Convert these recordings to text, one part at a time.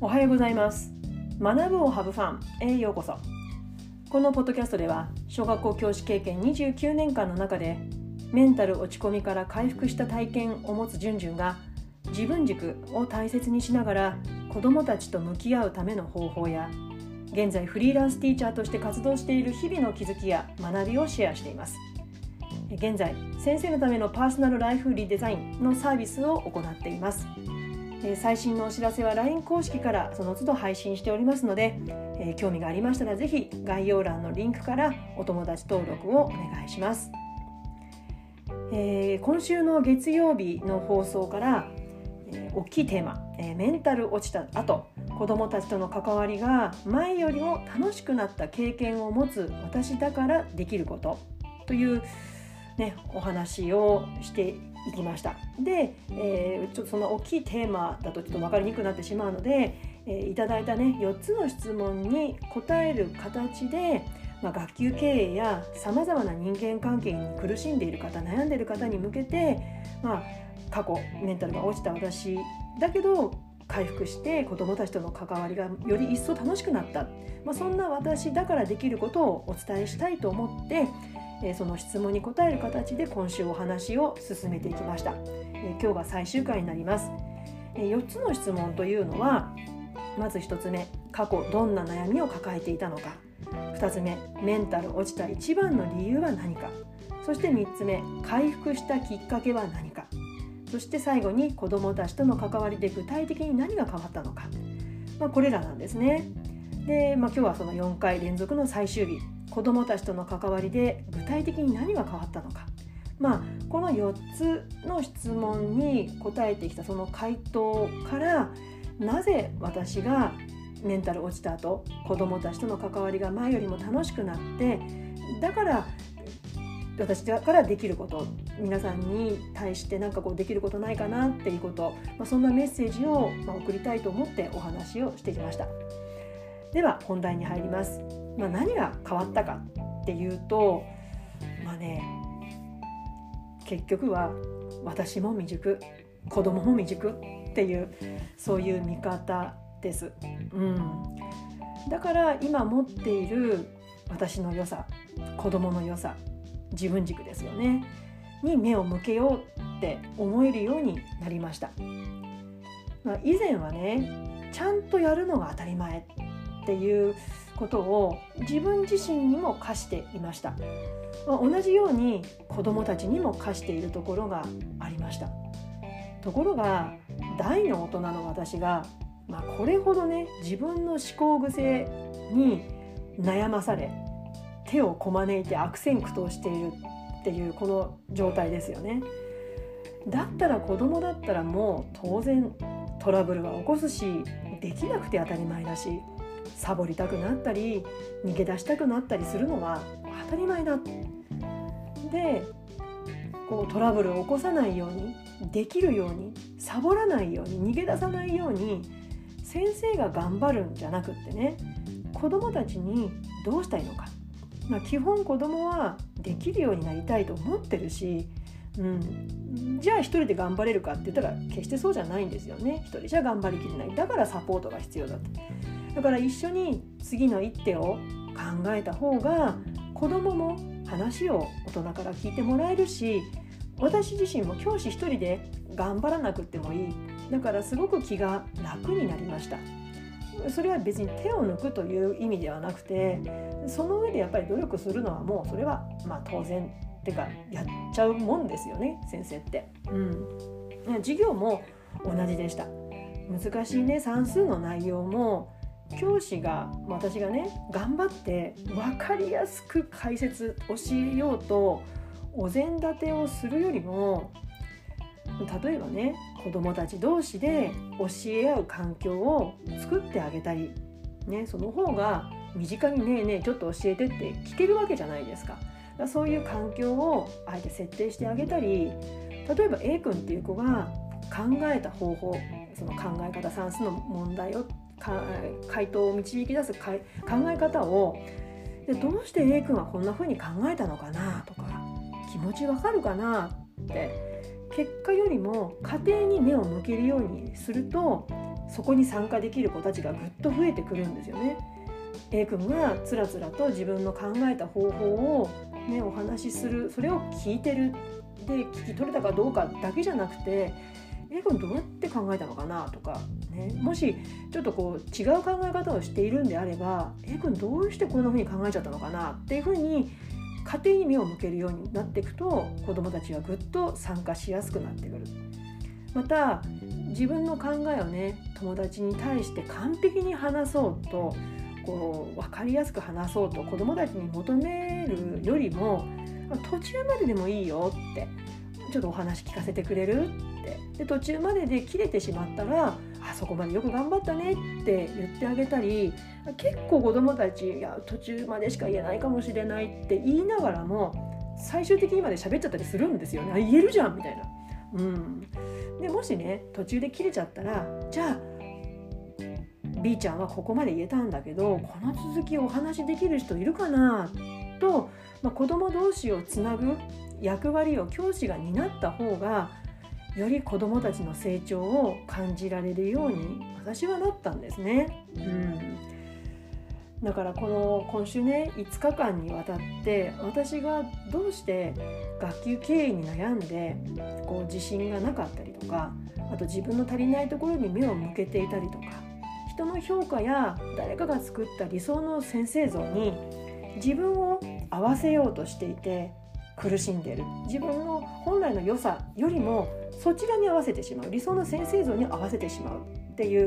おはようございます。学ぶをハブファンへようこそ。このポッドキャストでは小学校教師経験29年間の中でメンタル落ち込みから回復した体験を持つじゅんじゅんが自分軸を大切にしながら子どもたちと向き合うための方法や現在フリーランスティーチャーとして活動している日々の気づきや学びをシェアしています。現在先生のためのパーソナルライフリデザインのサービスを行っています。最新のお知らせは LINE 公式からその都度配信しておりますので、興味がありましたらぜひ概要欄のリンクからお友達登録をお願いします。今週の月曜日の放送から、大きいテーマ、メンタル落ちた後子どもたちとの関わりが前よりも楽しくなった経験を持つ私だからできることという、お話をしていきました。で、ちょっとその大きいテーマだとちょっと分かりにくくなってしまうので、いただいた4つの質問に答える形で、学級経営やさまざまな人間関係に苦しんでいる方、悩んでいる方に向けて、過去メンタルが落ちた私だけど回復して子どもたちとの関わりがより一層楽しくなった、そんな私だからできることをお伝えしたいと思ってその質問に答える形で今週お話を進めていきました。今日が最終回になります。4つの質問というのは、まず1つ目、過去どんな悩みを抱えていたのか。2つ目、メンタル落ちた一番の理由は何か。そして3つ目、回復したきっかけは何か。そして最後に子どもたちとの関わりで具体的に何が変わったのか。これらなんですね。で、今日はその4回連続の最終日、子どもたちとの関わりで具体的に何が変わったのか、この4つの質問に答えてきたその回答から、なぜ私がメンタル落ちた後子どもたちとの関わりが前よりも楽しくなって、だから私だからできること、皆さんに対してできることないかなっていうこと、そんなメッセージを送りたいと思ってお話をしてきました。では本題に入ります。何が変わったかっていうと、結局は私も未熟、子供も未熟っていう、そういう見方です。だから今持っている私の良さ、子供の良さ、自分軸ですよねに目を向けようって思えるようになりました。以前はちゃんとやるのが当たり前っていうことを自分自身にも課していました。同じように子どもたちにも課しているところがありました。ところが大の大人の私が、これほど自分の思考癖に悩まされ手をこまねいて悪戦苦闘しているっていうこの状態ですよね。だったら子供だったらもう当然トラブルは起こすし、できなくて当たり前だし、サボりたくなったり逃げ出したくなったりするのは当たり前だ。で、トラブルを起こさないように、できるように、サボらないように、逃げ出さないように先生が頑張るんじゃなくって子どもたちにどうしたいのか。基本子どもはできるようになりたいと思ってるし、じゃあ一人で頑張れるかって言ったら決してそうじゃないんですよね。一人じゃ頑張りきれない。だからサポートが必要だと。だから一緒に次の一手を考えた方が子どもも話を大人から聞いてもらえるし、私自身も教師一人で頑張らなくてもいい。だからすごく気が楽になりました。それは別に手を抜くという意味ではなくて、その上でやっぱり努力するのはもうそれは当然ってかやっちゃうもんですよね、先生って。授業も同じでした。難しい算数の内容も教師が私が頑張って分かりやすく解説教えようとお膳立てをするよりも、例えば子どもたち同士で教え合う環境を作ってあげたり、その方が身近にちょっと教えてって聞けるわけじゃないですか。そういう環境をあえて設定してあげたり、例えば A 君っていう子が考えた方法、その考え方、算数の問題を回答を導き出す考え方を、どうして A 君はこんな風に考えたのかなとか、気持ちわかるかなって結果よりも過程に目を向けるようにすると、 そこに参加できる子たちがぐっと増えてくるんですよね。A 君がつらつらと自分の考えた方法を、ね、お話しする、それを聞いてる、で聞き取れたかどうかだけじゃなくて、A 君どうやって考えたのかなとか、ね、もしちょっとこう違う考え方をしているんであれば A 君どうしてこんな風に考えちゃったのかなっていう風に家庭に目を向けるようになっていくと、子どもたちはぐっと参加しやすくなってくる。また自分の考えをね、友達に対して完璧に話そうと、こう分かりやすく話そうと子どもたちに求めるよりも、途中まででもいいよって、ちょっとお話聞かせてくれるって、で途中までで切れてしまったら、そこまでよく頑張ったねって言ってあげたり、結構子どもたち、いや途中までしか言えないかもしれないって言いながらも最終的にまで喋っちゃったりするんですよね。言えるじゃんみたいな。でもしね途中で切れちゃったら、じゃあ B ちゃんはここまで言えたんだけど、この続きをお話しできる人いるかなと、子ども同士をつなぐ役割を教師が担った方がより子どもたちの成長を感じられるように私はなったんですね。だから今週ね5日間にわたって私がどうして学級経営に悩んで自信がなかったりとか、あと自分の足りないところに目を向けていたりとか、人の評価や誰かが作った理想の先生像に自分を合わせようとしていて苦しんでいる。自分の本来の良さよりもそちらに合わせてしまう、理想の先生像に合わせてしまうっていう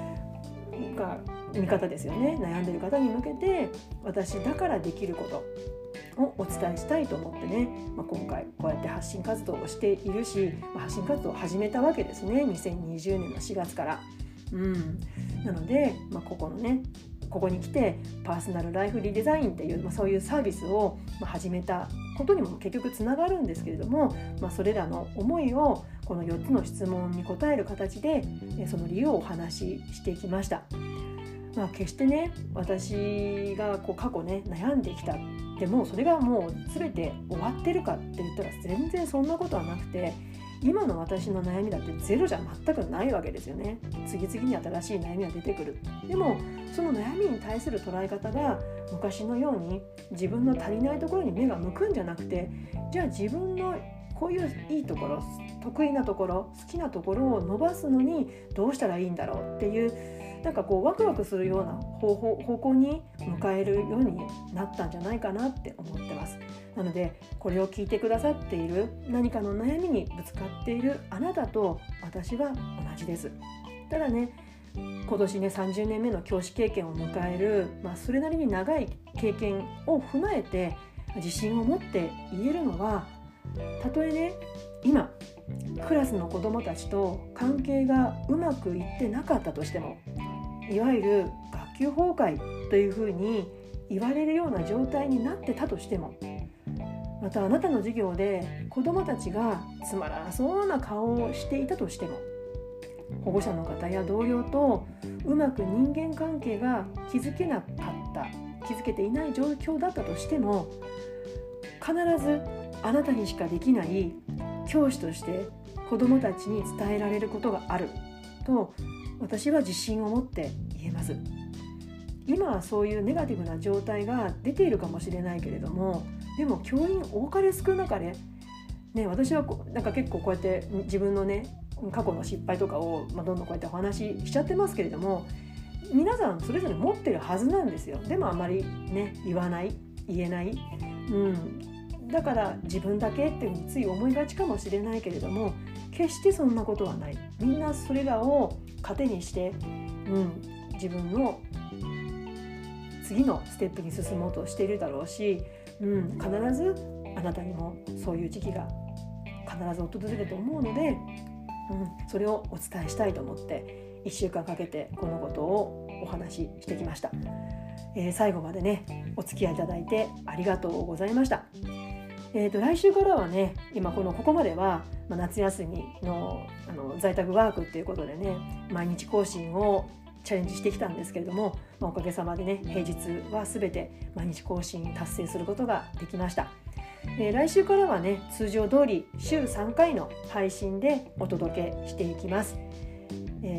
見方ですよね。悩んでいる方に向けて私だからできることをお伝えしたいと思ってね、今回こうやって発信活動をしているし、発信活動を始めたわけですね、2020年の4月から。なので、ここに来てパーソナルライフリデザインっていう、そういうサービスを始めたことにも結局つながるんですけれども、それらの思いをこの4つの質問に答える形でその理由をお話ししていきました。決してね私が過去ね悩んできたでもそれがもう全て終わってるかって言ったら全然そんなことはなくて、今の私の悩みだってゼロじゃ全くないわけですよね。次々に新しい悩みが出てくる。でもその悩みに対する捉え方が昔のように自分の足りないところに目が向くんじゃなくて、じゃあ自分のこういういいところ、得意なところ、好きなところを伸ばすのにどうしたらいいんだろうっていう、ワクワクするような方向に迎えるようになったんじゃないかなって思ってます。なのでこれを聞いてくださっている、何かの悩みにぶつかっているあなたと私は同じです。ただね、今年ね30年目の教師経験を迎える、それなりに長い経験を踏まえて自信を持って言えるのは、たとえね今クラスの子どもたちと関係がうまくいってなかったとしても、いわゆる学級崩壊というふうに言われるような状態になってたとしても、またあなたの授業で子どもたちがつまらなそうな顔をしていたとしても、保護者の方や同僚とうまく人間関係が築けなかった、築けていない状況だったとしても、必ずあなたにしかできない教師として子どもたちに伝えられることがあると私は自信を持って言えます。今はそういうネガティブな状態が出ているかもしれないけれども、でも教員多かれ少なかれ、私は結構こうやって自分のね過去の失敗とかを、どんどんこうやってお話ししちゃってますけれども、皆さんそれぞれ持ってるはずなんですよ。でもあまりね言えない、だから自分だけっていうふうについ思いがちかもしれないけれども、決してそんなことはない。みんなそれらを糧にして、自分の次のステップに進もうとしているだろうし、必ずあなたにもそういう時期が必ず訪れると思うので、それをお伝えしたいと思って1週間かけてこのことをお話ししてきました。最後までねお付き合いいただいてありがとうございました。来週からはね、今ここまでは、夏休みの、在宅ワークっていうことでね、毎日更新をチャレンジしてきたんですけれども、おかげさまでね平日は全て毎日更新達成することができました。来週からはね通常通り週3回の配信でお届けしていきます。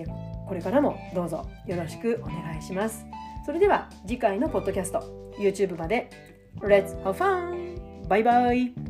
これからもどうぞよろしくお願いします。それでは次回のポッドキャスト YouTube まで Let's have fun! バイバイ。